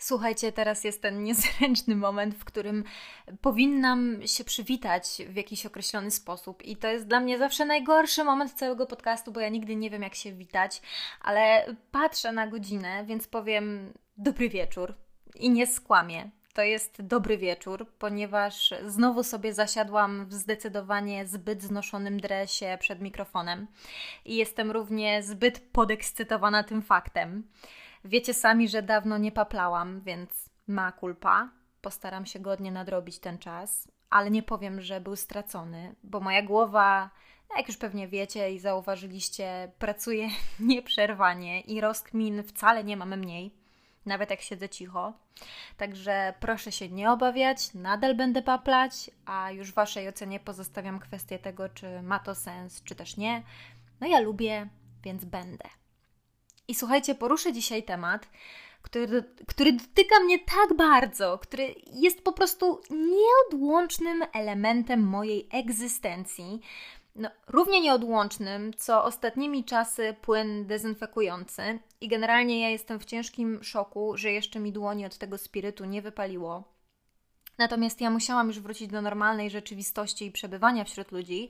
Słuchajcie, teraz jest ten niezręczny moment, w którym powinnam się przywitać w jakiś określony sposób i to jest dla mnie zawsze najgorszy moment całego podcastu, bo ja nigdy nie wiem, jak się witać, ale patrzę na godzinę, więc powiem dobry wieczór i nie skłamię. To jest dobry wieczór, ponieważ znowu sobie zasiadłam w zdecydowanie zbyt znoszonym dresie przed mikrofonem i jestem równie zbyt podekscytowana tym faktem. Wiecie sami, że dawno nie paplałam, więc ma culpa. Postaram się godnie nadrobić ten czas, ale nie powiem, że był stracony, bo moja głowa, jak już pewnie wiecie i zauważyliście, pracuje nieprzerwanie i rozkmin wcale nie mam mniej, nawet jak siedzę cicho. Także proszę się nie obawiać, nadal będę paplać, a już w Waszej ocenie pozostawiam kwestię tego, czy ma to sens, czy też nie. No ja lubię, więc będę. I słuchajcie, poruszę dzisiaj temat, który dotyka mnie tak bardzo, który jest po prostu nieodłącznym elementem mojej egzystencji. No, równie nieodłącznym, co ostatnimi czasy płyn dezynfekujący. I generalnie ja jestem w ciężkim szoku, że jeszcze mi dłoni od tego spirytu nie wypaliło. Natomiast ja musiałam już wrócić do normalnej rzeczywistości i przebywania wśród ludzi,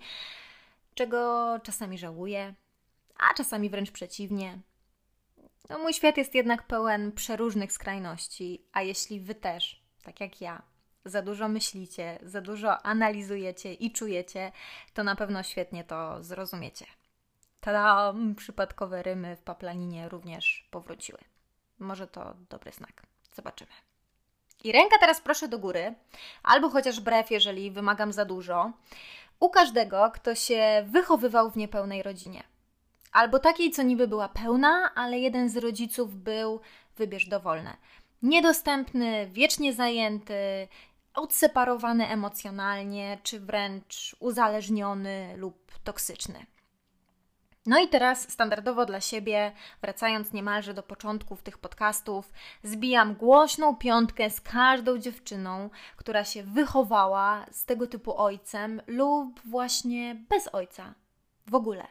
czego czasami żałuję, a czasami wręcz przeciwnie. No, mój świat jest jednak pełen przeróżnych skrajności, a jeśli Wy też, tak jak ja, za dużo myślicie, za dużo analizujecie i czujecie, to na pewno świetnie to zrozumiecie. Tada! Przypadkowe rymy w paplaninie również powróciły. Może to dobry znak. Zobaczymy. I ręka teraz proszę do góry, albo chociaż brew, jeżeli wymagam za dużo, u każdego, kto się wychowywał w niepełnej rodzinie. Albo takiej, co niby była pełna, ale jeden z rodziców był, wybierz dowolne, niedostępny, wiecznie zajęty, odseparowany emocjonalnie, czy wręcz uzależniony lub toksyczny. No i teraz standardowo dla siebie, wracając niemalże do początków tych podcastów, zbijam głośną piątkę z każdą dziewczyną, która się wychowała z tego typu ojcem lub właśnie bez ojca w ogóle.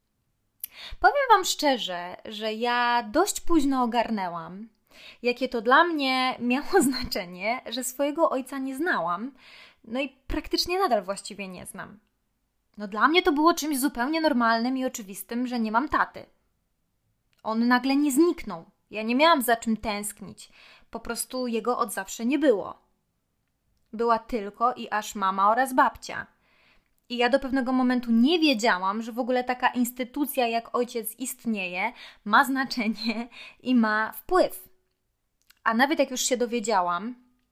Powiem Wam szczerze, że ja dość późno ogarnęłam, jakie to dla mnie miało znaczenie, że swojego ojca nie znałam, no i praktycznie nadal właściwie nie znam. No dla mnie to było czymś zupełnie normalnym i oczywistym, że nie mam taty. On nagle nie zniknął. Ja nie miałam za czym tęsknić. Po prostu jego od zawsze nie było. Była tylko i aż mama oraz babcia. I ja do pewnego momentu nie wiedziałam, że w ogóle taka instytucja jak ojciec istnieje, ma znaczenie i ma wpływ. A nawet jak już się dowiedziałam,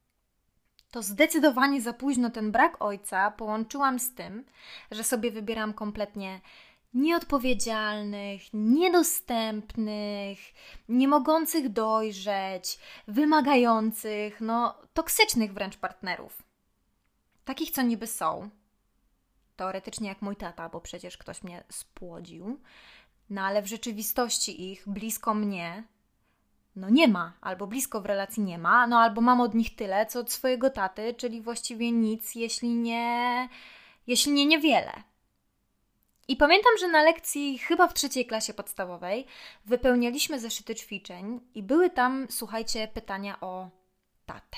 to zdecydowanie za późno ten brak ojca połączyłam z tym, że sobie wybieram kompletnie nieodpowiedzialnych, niedostępnych, nie mogących dojrzeć, wymagających, toksycznych wręcz partnerów. Takich, co niby są. Teoretycznie jak mój tata, bo przecież ktoś mnie spłodził. No ale w rzeczywistości ich blisko mnie nie ma. Albo blisko w relacji nie ma, albo mam od nich tyle, co od swojego taty, czyli właściwie nic, jeśli nie niewiele. I pamiętam, że na lekcji chyba w 3. klasie podstawowej wypełnialiśmy zeszyty ćwiczeń i były tam, słuchajcie, pytania o tatę.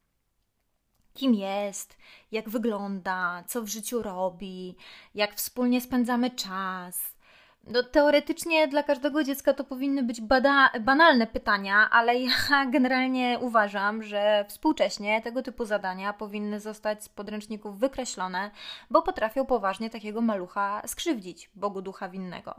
Kim jest, jak wygląda, co w życiu robi, jak wspólnie spędzamy czas. Teoretycznie dla każdego dziecka to powinny być banalne pytania, ale ja generalnie uważam, że współcześnie tego typu zadania powinny zostać z podręczników wykreślone, bo potrafią poważnie takiego malucha skrzywdzić, Bogu ducha winnego.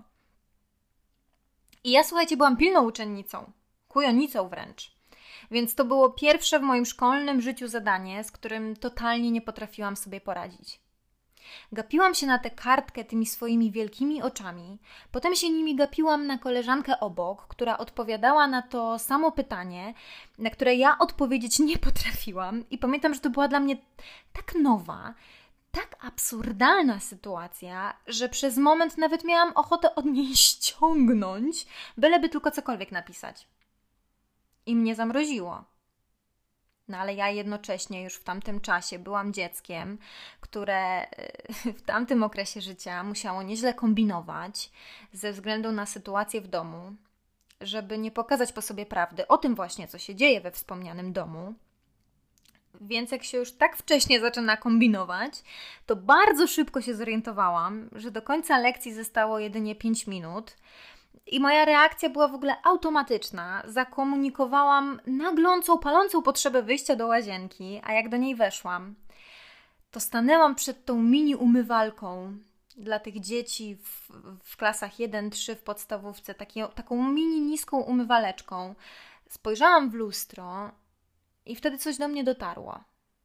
I ja, słuchajcie, byłam pilną uczennicą, kujonicą wręcz. Więc to było pierwsze w moim szkolnym życiu zadanie, z którym totalnie nie potrafiłam sobie poradzić. Gapiłam się na tę kartkę tymi swoimi wielkimi oczami, potem się nimi gapiłam na koleżankę obok, która odpowiadała na to samo pytanie, na które ja odpowiedzieć nie potrafiłam i pamiętam, że to była dla mnie tak nowa, tak absurdalna sytuacja, że przez moment nawet miałam ochotę od niej ściągnąć, byleby tylko cokolwiek napisać. I mnie zamroziło. No ale ja jednocześnie już w tamtym czasie byłam dzieckiem, które w tamtym okresie życia musiało nieźle kombinować ze względu na sytuację w domu, żeby nie pokazać po sobie prawdy o tym właśnie, co się dzieje we wspomnianym domu. Więc jak się już tak wcześnie zaczyna kombinować, to bardzo szybko się zorientowałam, że do końca lekcji zostało jedynie 5 minut i moja reakcja była w ogóle automatyczna. Zakomunikowałam naglącą, palącą potrzebę wyjścia do łazienki, a jak do niej weszłam, to stanęłam przed tą mini umywalką dla tych dzieci w klasach 1-3 w podstawówce, taką mini niską umywaleczką. Spojrzałam w lustro i wtedy coś do mnie dotarło.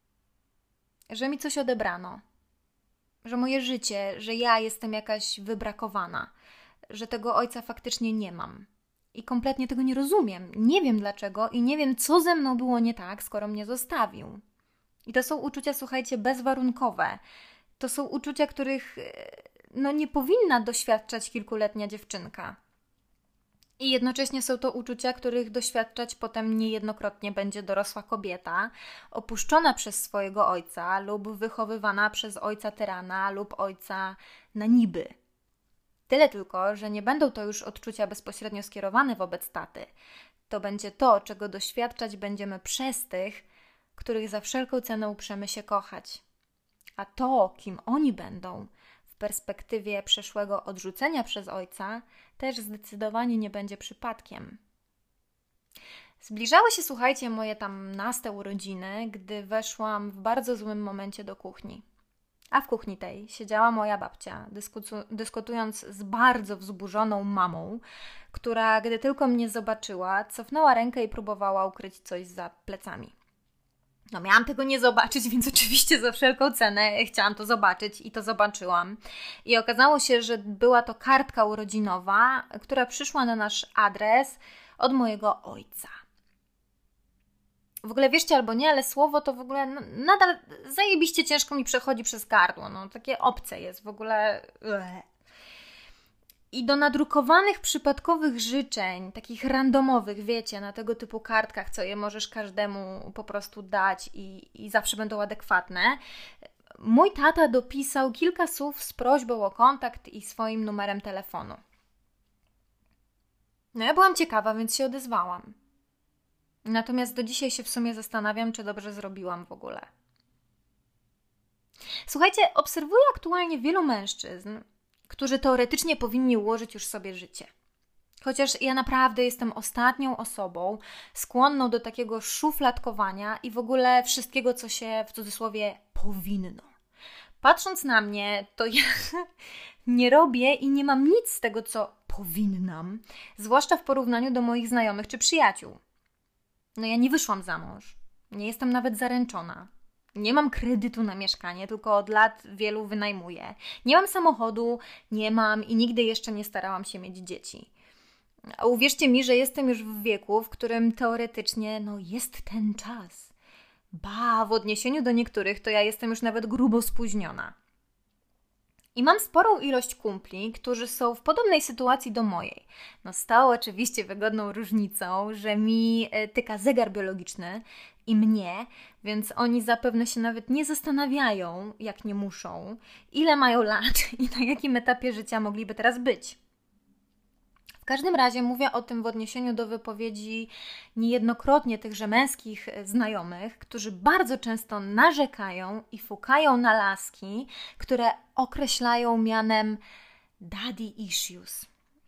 Że mi coś odebrano. Że moje życie, że ja jestem jakaś wybrakowana. Że tego ojca faktycznie nie mam. I kompletnie tego nie rozumiem. Nie wiem dlaczego i nie wiem, co ze mną było nie tak, skoro mnie zostawił. I to są uczucia, słuchajcie, bezwarunkowe. To są uczucia, których nie powinna doświadczać kilkuletnia dziewczynka. I jednocześnie są to uczucia, których doświadczać potem niejednokrotnie będzie dorosła kobieta, opuszczona przez swojego ojca lub wychowywana przez ojca tyrana lub ojca na niby. Tyle tylko, że nie będą to już odczucia bezpośrednio skierowane wobec taty. To będzie to, czego doświadczać będziemy przez tych, których za wszelką cenę uprzemy się kochać. A to, kim oni będą w perspektywie przeszłego odrzucenia przez ojca, też zdecydowanie nie będzie przypadkiem. Zbliżały się, słuchajcie, moje tam naste urodziny, gdy weszłam w bardzo złym momencie do kuchni. A w kuchni tej siedziała moja babcia, dyskutując z bardzo wzburzoną mamą, która, gdy tylko mnie zobaczyła, cofnęła rękę i próbowała ukryć coś za plecami. Miałam tego nie zobaczyć, więc oczywiście za wszelką cenę chciałam to zobaczyć i to zobaczyłam. I okazało się, że była to kartka urodzinowa, która przyszła na nasz adres od mojego ojca. W ogóle wierzcie albo nie, ale słowo to w ogóle nadal zajebiście ciężko mi przechodzi przez gardło. Takie obce jest w ogóle. I do nadrukowanych przypadkowych życzeń, takich randomowych, wiecie, na tego typu kartkach, co je możesz każdemu po prostu dać i zawsze będą adekwatne, mój tata dopisał kilka słów z prośbą o kontakt i swoim numerem telefonu. Ja byłam ciekawa, więc się odezwałam. Natomiast do dzisiaj się w sumie zastanawiam, czy dobrze zrobiłam w ogóle. Słuchajcie, obserwuję aktualnie wielu mężczyzn, którzy teoretycznie powinni ułożyć już sobie życie. Chociaż ja naprawdę jestem ostatnią osobą skłonną do takiego szufladkowania i w ogóle wszystkiego, co się w cudzysłowie powinno. Patrząc na mnie, to ja nie robię i nie mam nic z tego, co powinnam, zwłaszcza w porównaniu do moich znajomych czy przyjaciół. Ja nie wyszłam za mąż, nie jestem nawet zaręczona. Nie mam kredytu na mieszkanie, tylko od lat wielu wynajmuję. Nie mam samochodu, nie mam i nigdy jeszcze nie starałam się mieć dzieci. A uwierzcie mi, że jestem już w wieku, w którym teoretycznie jest ten czas. W odniesieniu do niektórych to ja jestem już nawet grubo spóźniona. I mam sporą ilość kumpli, którzy są w podobnej sytuacji do mojej. Z tą oczywiście wygodną różnicą, że mi tyka zegar biologiczny i mnie, więc oni zapewne się nawet nie zastanawiają, jak nie muszą, ile mają lat i na jakim etapie życia mogliby teraz być. W każdym razie mówię o tym w odniesieniu do wypowiedzi niejednokrotnie tychże męskich znajomych, którzy bardzo często narzekają i fukają na laski, które określają mianem daddy issues.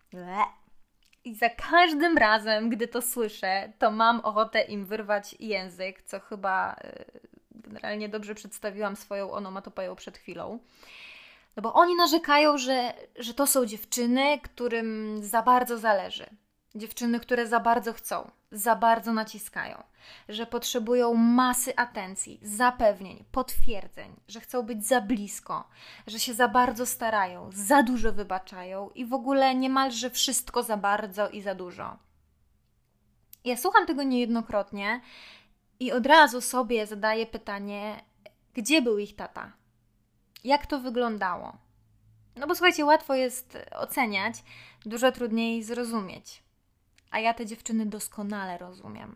I za każdym razem, gdy to słyszę, to mam ochotę im wyrwać język, co chyba generalnie dobrze przedstawiłam swoją onomatopeją przed chwilą. Bo oni narzekają, że to są dziewczyny, którym za bardzo zależy. Dziewczyny, które za bardzo chcą, za bardzo naciskają. Że potrzebują masy atencji, zapewnień, potwierdzeń, że chcą być za blisko, że się za bardzo starają, za dużo wybaczają i w ogóle niemalże wszystko za bardzo i za dużo. Ja słucham tego niejednokrotnie i od razu sobie zadaję pytanie, gdzie był ich tata? Jak to wyglądało? Bo słuchajcie, łatwo jest oceniać, dużo trudniej zrozumieć. A ja te dziewczyny doskonale rozumiem.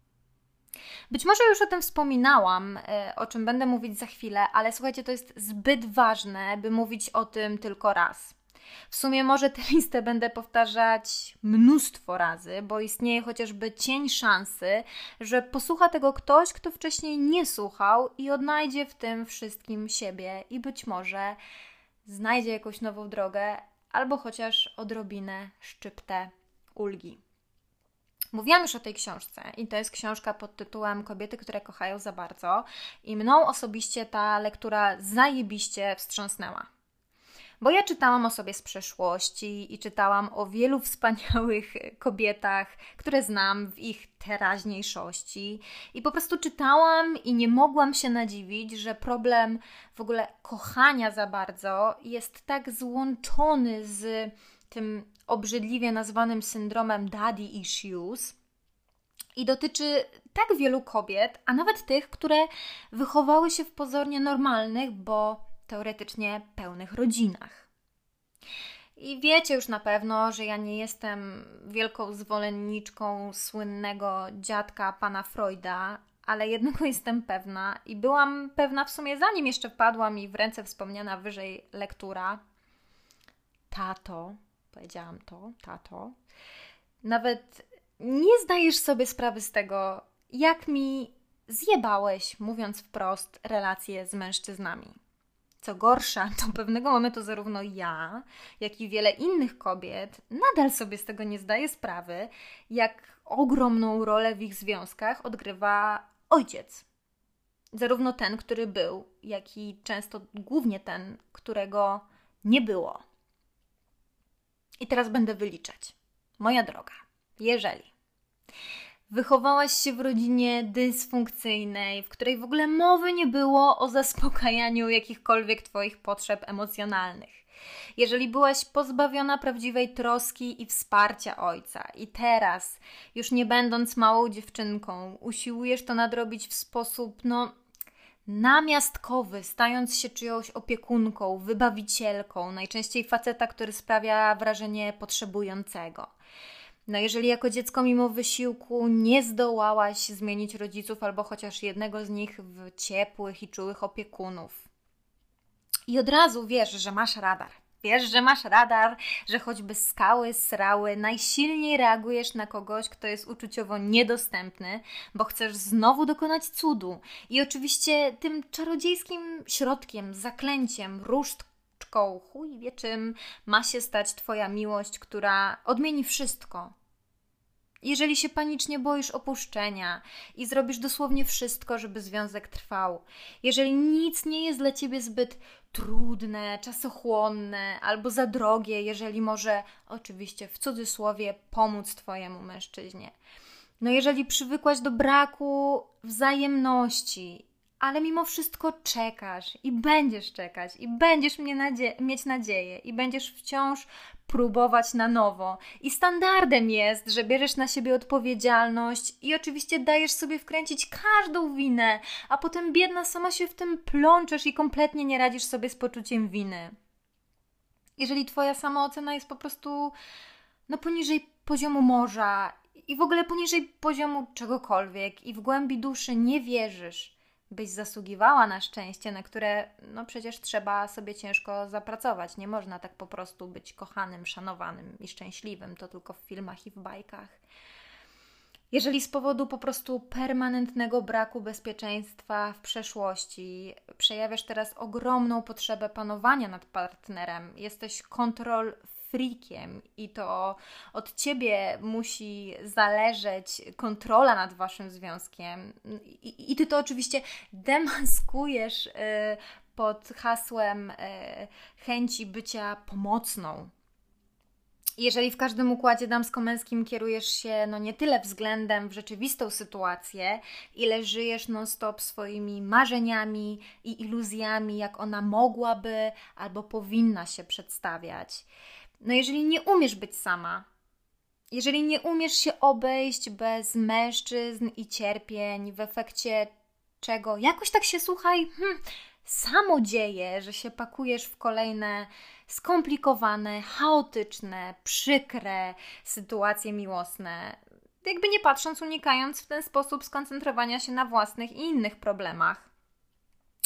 Być może już o tym wspominałam, o czym będę mówić za chwilę, ale słuchajcie, to jest zbyt ważne, by mówić o tym tylko raz. W sumie może tę listę będę powtarzać mnóstwo razy, bo istnieje chociażby cień szansy, że posłucha tego ktoś, kto wcześniej nie słuchał i odnajdzie w tym wszystkim siebie i być może znajdzie jakąś nową drogę albo chociaż odrobinę szczyptę ulgi. Mówiłam już o tej książce i to jest książka pod tytułem Kobiety, które kochają za bardzo i mną osobiście ta lektura zajebiście wstrząsnęła. Bo ja czytałam o sobie z przeszłości i czytałam o wielu wspaniałych kobietach, które znam w ich teraźniejszości. I po prostu czytałam i nie mogłam się nadziwić, że problem w ogóle kochania za bardzo jest tak złączony z tym obrzydliwie nazwanym syndromem daddy issues i dotyczy tak wielu kobiet, a nawet tych, które wychowały się w pozornie normalnych, bo teoretycznie pełnych rodzinach. I wiecie już na pewno, że ja nie jestem wielką zwolenniczką słynnego dziadka pana Freuda, ale jednego jestem pewna i byłam pewna w sumie zanim jeszcze wpadła mi w ręce wspomniana wyżej lektura. Tato, powiedziałam to, tato, nawet nie zdajesz sobie sprawy z tego, jak mi zjebałeś, mówiąc wprost, relacje z mężczyznami. Co gorsza, do pewnego momentu zarówno ja, jak i wiele innych kobiet nadal sobie z tego nie zdaje sprawy, jak ogromną rolę w ich związkach odgrywa ojciec. Zarówno ten, który był, jak i często głównie ten, którego nie było. I teraz będę wyliczać. Moja droga, jeżeli wychowałaś się w rodzinie dysfunkcyjnej, w której w ogóle mowy nie było o zaspokajaniu jakichkolwiek Twoich potrzeb emocjonalnych. Jeżeli byłaś pozbawiona prawdziwej troski i wsparcia ojca i teraz, już nie będąc małą dziewczynką, usiłujesz to nadrobić w sposób, namiastkowy, stając się czyjąś opiekunką, wybawicielką, najczęściej faceta, który sprawia wrażenie potrzebującego. Jeżeli jako dziecko mimo wysiłku nie zdołałaś zmienić rodziców albo chociaż jednego z nich w ciepłych i czułych opiekunów. I od razu wiesz, że masz radar. Wiesz, że masz radar, że choćby skały srały, najsilniej reagujesz na kogoś, kto jest uczuciowo niedostępny, bo chcesz znowu dokonać cudu. I oczywiście tym czarodziejskim środkiem, zaklęciem, różdżką, chuj wie czym, ma się stać Twoja miłość, która odmieni wszystko. Jeżeli się panicznie boisz opuszczenia i zrobisz dosłownie wszystko, żeby związek trwał, jeżeli nic nie jest dla Ciebie zbyt trudne, czasochłonne albo za drogie, jeżeli może, oczywiście w cudzysłowie, pomóc Twojemu mężczyźnie. Jeżeli przywykłaś do braku wzajemności, ale mimo wszystko czekasz i będziesz czekać i będziesz mieć nadzieję i będziesz wciąż próbować na nowo. I standardem jest, że bierzesz na siebie odpowiedzialność i oczywiście dajesz sobie wkręcić każdą winę, a potem biedna sama się w tym plączesz i kompletnie nie radzisz sobie z poczuciem winy. Jeżeli Twoja samoocena jest po prostu poniżej poziomu morza i w ogóle poniżej poziomu czegokolwiek i w głębi duszy nie wierzysz, byś zasługiwała na szczęście, na które przecież trzeba sobie ciężko zapracować. Nie można tak po prostu być kochanym, szanowanym i szczęśliwym. To tylko w filmach i w bajkach. Jeżeli z powodu po prostu permanentnego braku bezpieczeństwa w przeszłości przejawiasz teraz ogromną potrzebę panowania nad partnerem, jesteś kontrol freakiem i to od Ciebie musi zależeć kontrola nad Waszym związkiem i Ty to oczywiście demaskujesz pod hasłem chęci bycia pomocną. Jeżeli w każdym układzie damsko-męskim kierujesz się nie tyle względem w rzeczywistą sytuację, ile żyjesz non-stop swoimi marzeniami i iluzjami, jak ona mogłaby albo powinna się przedstawiać. Jeżeli nie umiesz być sama, jeżeli nie umiesz się obejść bez mężczyzn i cierpień, w efekcie czego jakoś tak się, słuchaj, samo dzieje, że się pakujesz w kolejne skomplikowane, chaotyczne, przykre sytuacje miłosne, jakby nie patrząc, unikając w ten sposób skoncentrowania się na własnych i innych problemach.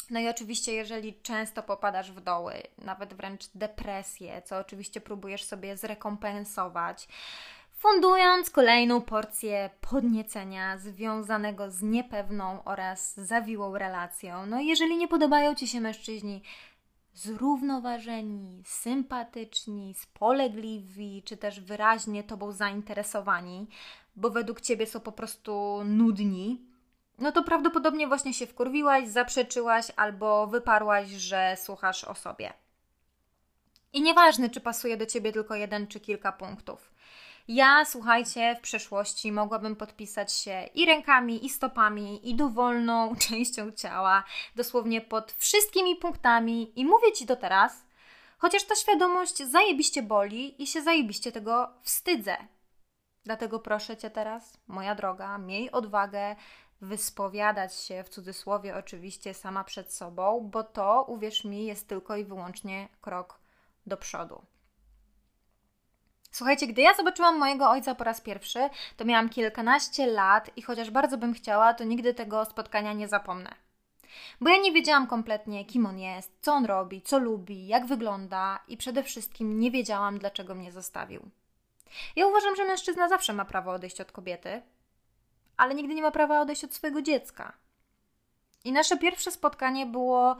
No i oczywiście, jeżeli często popadasz w doły, nawet wręcz depresję, co oczywiście próbujesz sobie zrekompensować, fundując kolejną porcję podniecenia związanego z niepewną oraz zawiłą relacją. No i jeżeli nie podobają Ci się mężczyźni zrównoważeni, sympatyczni, spolegliwi, czy też wyraźnie Tobą zainteresowani, bo według Ciebie są po prostu nudni, no to prawdopodobnie właśnie się wkurwiłaś, zaprzeczyłaś albo wyparłaś, że słuchasz o sobie. I nieważne, czy pasuje do Ciebie tylko jeden czy kilka punktów. Ja, słuchajcie, w przeszłości mogłabym podpisać się i rękami, i stopami, i dowolną częścią ciała, dosłownie pod wszystkimi punktami i mówię Ci to teraz, chociaż ta świadomość zajebiście boli i się zajebiście tego wstydzę. Dlatego proszę Cię teraz, moja droga, miej odwagę wyspowiadać się, w cudzysłowie oczywiście, sama przed sobą, bo to, uwierz mi, jest tylko i wyłącznie krok do przodu. Słuchajcie, gdy ja zobaczyłam mojego ojca po raz pierwszy, to miałam kilkanaście lat i chociaż bardzo bym chciała, to nigdy tego spotkania nie zapomnę. Bo ja nie wiedziałam kompletnie, kim on jest, co on robi, co lubi, jak wygląda i przede wszystkim nie wiedziałam, dlaczego mnie zostawił. Ja uważam, że mężczyzna zawsze ma prawo odejść od kobiety, ale nigdy nie ma prawa odejść od swojego dziecka. I nasze pierwsze spotkanie było,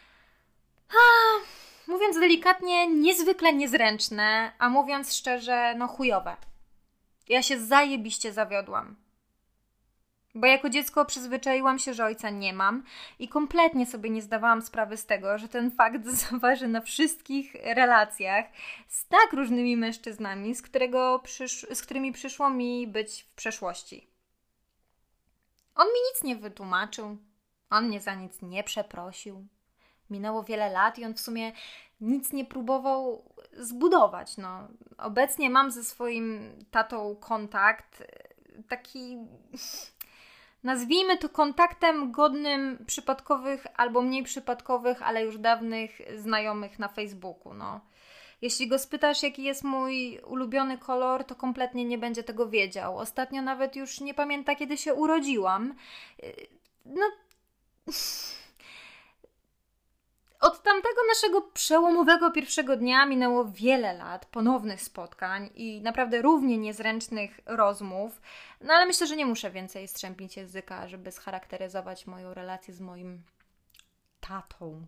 mówiąc delikatnie, niezwykle niezręczne, a mówiąc szczerze, chujowe. Ja się zajebiście zawiodłam. Bo jako dziecko przyzwyczaiłam się, że ojca nie mam i kompletnie sobie nie zdawałam sprawy z tego, że ten fakt zaważy na wszystkich relacjach z tak różnymi mężczyznami, z którymi przyszło mi być w przeszłości. On mi nic nie wytłumaczył, on mnie za nic nie przeprosił. Minęło wiele lat i on w sumie nic nie próbował zbudować. Obecnie mam ze swoim tatą kontakt, taki, nazwijmy to kontaktem godnym przypadkowych albo mniej przypadkowych, ale już dawnych znajomych na Facebooku. Jeśli go spytasz, jaki jest mój ulubiony kolor, to kompletnie nie będzie tego wiedział. Ostatnio nawet już nie pamięta, kiedy się urodziłam. Od tamtego naszego przełomowego pierwszego dnia minęło wiele lat ponownych spotkań i naprawdę równie niezręcznych rozmów, ale myślę, że nie muszę więcej strzępić języka, żeby scharakteryzować moją relację z moim tatą.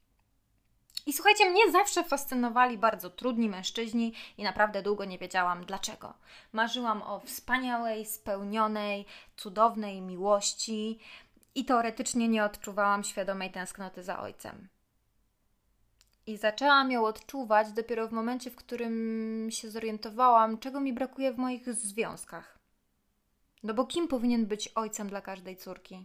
I słuchajcie, mnie zawsze fascynowali bardzo trudni mężczyźni i naprawdę długo nie wiedziałam dlaczego. Marzyłam o wspaniałej, spełnionej, cudownej miłości i teoretycznie nie odczuwałam świadomej tęsknoty za ojcem. I zaczęłam ją odczuwać dopiero w momencie, w którym się zorientowałam, czego mi brakuje w moich związkach. Bo kim powinien być ojcem dla każdej córki?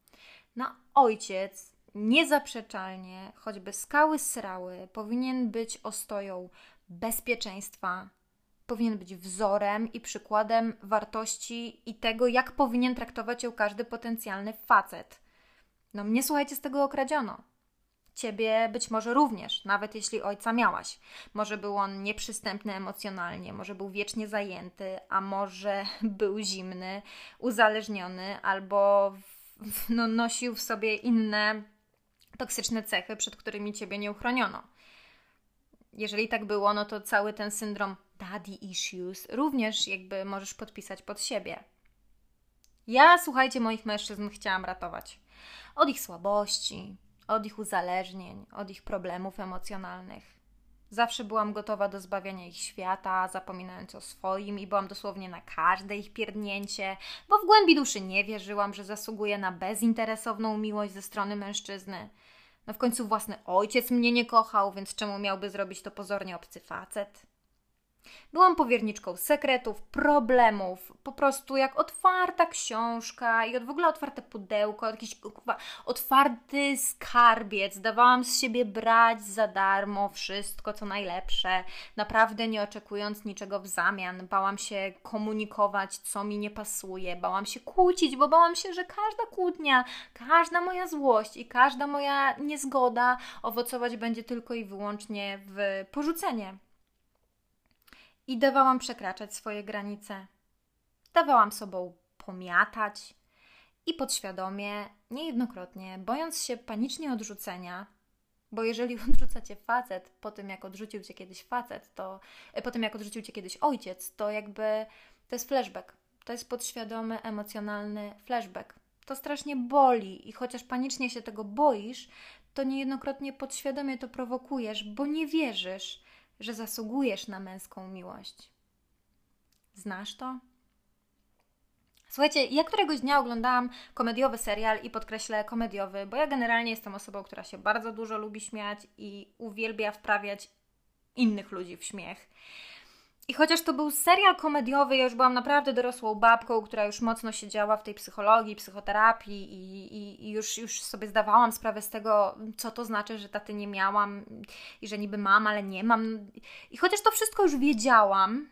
Ojciec niezaprzeczalnie, choćby skały srały, powinien być ostoją bezpieczeństwa, powinien być wzorem i przykładem wartości i tego, jak powinien traktować ją każdy potencjalny facet. Mnie, słuchajcie, z tego okradziono. Ciebie być może również, nawet jeśli ojca miałaś. Może był on nieprzystępny emocjonalnie, może był wiecznie zajęty, a może był zimny, uzależniony albo nosił w sobie inne toksyczne cechy, przed którymi Ciebie nie uchroniono. Jeżeli tak było, to cały ten syndrom daddy issues również jakby możesz podpisać pod siebie. Ja, słuchajcie, moich mężczyzn chciałam ratować. Od ich słabości, od ich uzależnień, od ich problemów emocjonalnych. Zawsze byłam gotowa do zbawiania ich świata, zapominając o swoim i byłam dosłownie na każde ich pierdnięcie, bo w głębi duszy nie wierzyłam, że zasługuję na bezinteresowną miłość ze strony mężczyzny. W końcu własny ojciec mnie nie kochał, więc czemu miałby zrobić to pozornie obcy facet? Byłam powierniczką sekretów, problemów, po prostu jak otwarta książka i w ogóle otwarte pudełko, jakiś otwarty skarbiec. Dawałam z siebie brać za darmo wszystko, co najlepsze, naprawdę nie oczekując niczego w zamian. Bałam się komunikować, co mi nie pasuje, bałam się kłócić, bo bałam się, że każda kłótnia, każda moja złość i każda moja niezgoda owocować będzie tylko i wyłącznie w porzucenie. I dawałam przekraczać swoje granice. Dawałam sobą pomiatać I podświadomie, niejednokrotnie, bojąc się panicznie odrzucenia, bo jeżeli odrzuca Cię facet po tym, jak odrzucił Cię kiedyś facet, to po tym, jak odrzucił Cię kiedyś ojciec, to jakby to jest flashback. To jest podświadomy, emocjonalny flashback. To strasznie boli i chociaż panicznie się tego boisz, to niejednokrotnie podświadomie to prowokujesz, bo nie wierzysz, że zasługujesz na męską miłość. Znasz to? Słuchajcie, ja któregoś dnia oglądałam komediowy serial i podkreślę komediowy, bo ja generalnie jestem osobą, która się bardzo dużo lubi śmiać i uwielbia wprawiać innych ludzi w śmiech. I chociaż to był serial komediowy, ja już byłam naprawdę dorosłą babką, która już mocno siedziała w tej psychologii, psychoterapii i już sobie zdawałam sprawę z tego, co to znaczy, że taty nie miałam i że niby mam, ale nie mam. I chociaż to wszystko już wiedziałam,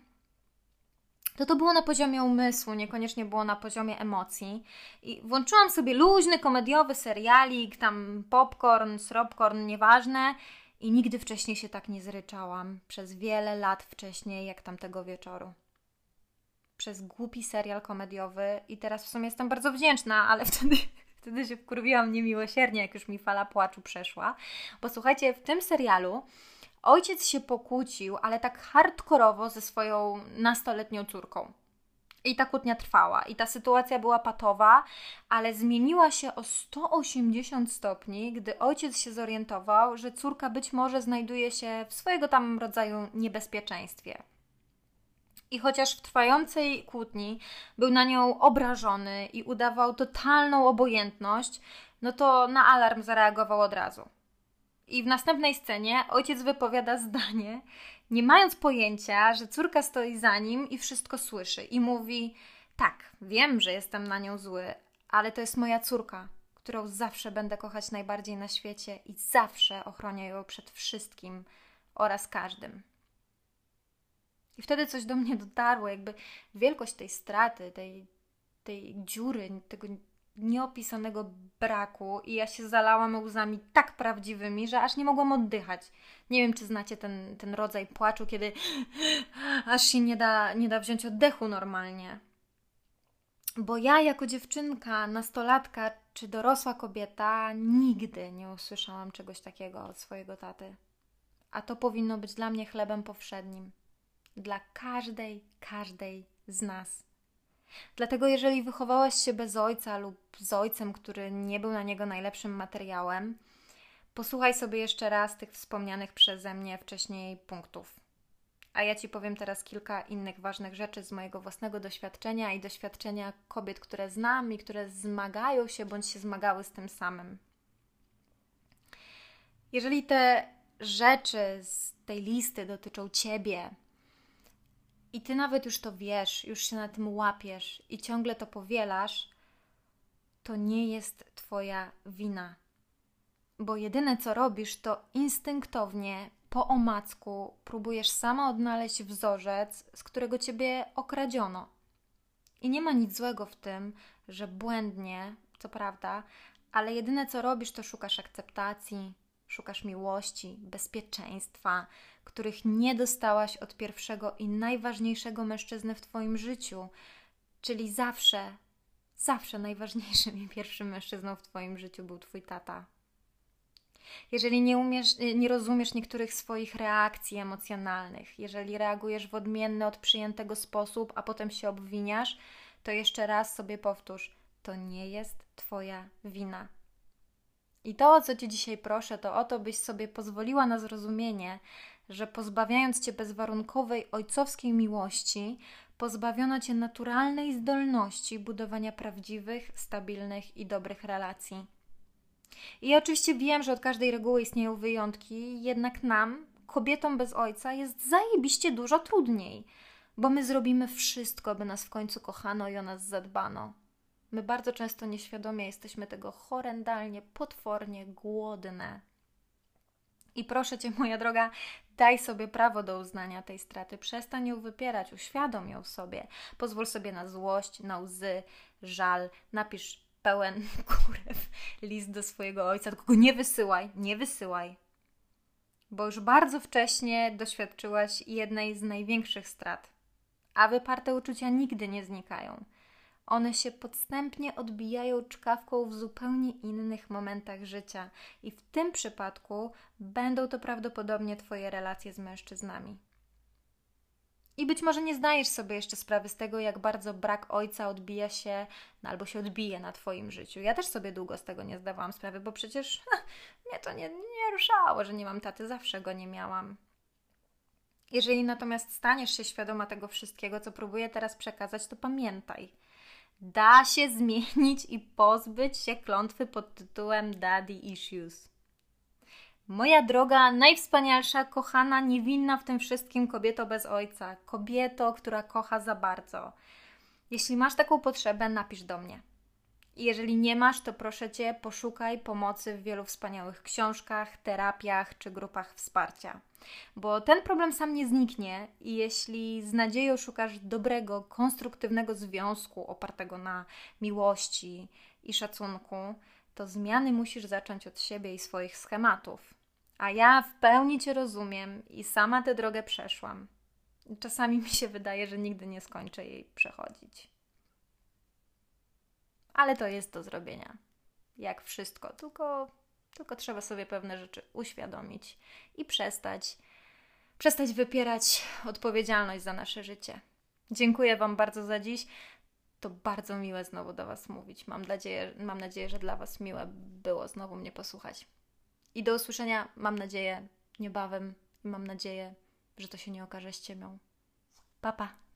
to było na poziomie umysłu, niekoniecznie było na poziomie emocji. I włączyłam sobie luźny, komediowy serialik, tam popcorn, sropcorn, nieważne. I nigdy wcześniej się tak nie zryczałam. Przez wiele lat wcześniej, jak tamtego wieczoru. Przez głupi serial komediowy. I teraz w sumie jestem bardzo wdzięczna, ale wtedy się wkurwiłam niemiłosiernie, jak już mi fala płaczu przeszła. Bo słuchajcie, w tym serialu ojciec się pokłócił, ale tak hardkorowo ze swoją nastoletnią córką. I ta kłótnia trwała. I ta sytuacja była patowa, ale zmieniła się o 180 stopni, gdy ojciec się zorientował, że córka być może znajduje się w swojego tam rodzaju niebezpieczeństwie. I chociaż w trwającej kłótni był na nią obrażony i udawał totalną obojętność, no to na alarm zareagował od razu. I w następnej scenie ojciec wypowiada zdanie, nie mając pojęcia, że córka stoi za nim i wszystko słyszy. I mówi, tak, wiem, że jestem na nią zły, ale to jest moja córka, którą zawsze będę kochać najbardziej na świecie i zawsze ochronię ją przed wszystkim oraz każdym. I wtedy coś do mnie dotarło, jakby wielkość tej straty, tej dziury, tego nieopisanego braku i ja się zalałam łzami tak prawdziwymi, że aż nie mogłam oddychać. Nie wiem, czy znacie ten rodzaj płaczu, kiedy aż się nie da wziąć oddechu normalnie. Bo ja jako dziewczynka, nastolatka czy dorosła kobieta nigdy nie usłyszałam czegoś takiego od swojego taty. A to powinno być dla mnie chlebem powszednim. Dla każdej z nas. Dlatego jeżeli wychowałaś się bez ojca lub z ojcem, który nie był na niego najlepszym materiałem, posłuchaj sobie jeszcze raz tych wspomnianych przeze mnie wcześniej punktów. A ja Ci powiem teraz kilka innych ważnych rzeczy z mojego własnego doświadczenia i doświadczenia kobiet, które znam i które zmagają się bądź się zmagały z tym samym. Jeżeli te rzeczy z tej listy dotyczą Ciebie, i Ty nawet już to wiesz, już się na tym łapiesz i ciągle to powielasz, to nie jest Twoja wina. Bo jedyne co robisz, to instynktownie, po omacku próbujesz sama odnaleźć wzorzec, z którego Ciebie okradziono. I nie ma nic złego w tym, że błędnie, co prawda, ale jedyne co robisz, to szukasz akceptacji, szukasz miłości, bezpieczeństwa, których nie dostałaś od pierwszego i najważniejszego mężczyzny w Twoim życiu. Czyli zawsze najważniejszym i pierwszym mężczyzną w Twoim życiu był Twój tata. Jeżeli nie rozumiesz niektórych swoich reakcji emocjonalnych, jeżeli reagujesz w odmienny od przyjętego sposób, a potem się obwiniasz, to jeszcze raz sobie powtórz, to nie jest Twoja wina. I to, o co Cię dzisiaj proszę, to o to, byś sobie pozwoliła na zrozumienie, że pozbawiając Cię bezwarunkowej ojcowskiej miłości, pozbawiono Cię naturalnej zdolności budowania prawdziwych, stabilnych i dobrych relacji. I ja oczywiście wiem, że od każdej reguły istnieją wyjątki, jednak nam, kobietom bez ojca, jest zajebiście dużo trudniej, bo my zrobimy wszystko, by nas w końcu kochano i o nas zadbano. My bardzo często nieświadomie jesteśmy tego horrendalnie, potwornie głodne. I proszę Cię, moja droga, daj sobie prawo do uznania tej straty. Przestań ją wypierać, uświadom ją sobie. Pozwól sobie na złość, na łzy, żal. Napisz pełen kurew list do swojego ojca, tylko go nie wysyłaj. Bo już bardzo wcześnie doświadczyłaś jednej z największych strat. A wyparte uczucia nigdy nie znikają. One się podstępnie odbijają czkawką w zupełnie innych momentach życia i w tym przypadku będą to prawdopodobnie Twoje relacje z mężczyznami. I być może nie zdajesz sobie jeszcze sprawy z tego, jak bardzo brak ojca odbija się, albo się odbije na Twoim życiu. Ja też sobie długo z tego nie zdawałam sprawy, bo przecież mnie to nie ruszało, że nie mam taty, zawsze go nie miałam. Jeżeli natomiast staniesz się świadoma tego wszystkiego, co próbuję teraz przekazać, to pamiętaj, da się zmienić i pozbyć się klątwy pod tytułem Daddy Issues. Moja droga, najwspanialsza, kochana, niewinna w tym wszystkim kobieto bez ojca. Kobieto, która kocha za bardzo. Jeśli masz taką potrzebę, napisz do mnie. I jeżeli nie masz, to proszę Cię, poszukaj pomocy w wielu wspaniałych książkach, terapiach czy grupach wsparcia. Bo ten problem sam nie zniknie i jeśli z nadzieją szukasz dobrego, konstruktywnego związku opartego na miłości i szacunku, to zmiany musisz zacząć od siebie i swoich schematów. A ja w pełni Cię rozumiem i sama tę drogę przeszłam. Czasami mi się wydaje, że nigdy nie skończę jej przechodzić. Ale to jest do zrobienia. Jak wszystko. Tylko trzeba sobie pewne rzeczy uświadomić i przestać wypierać odpowiedzialność za nasze życie. Dziękuję Wam bardzo za dziś. To bardzo miłe znowu do Was mówić. Mam nadzieję, że dla Was miłe było znowu mnie posłuchać. I do usłyszenia, mam nadzieję, niebawem. Mam nadzieję, że to się nie okaże ściemią. Pa, pa!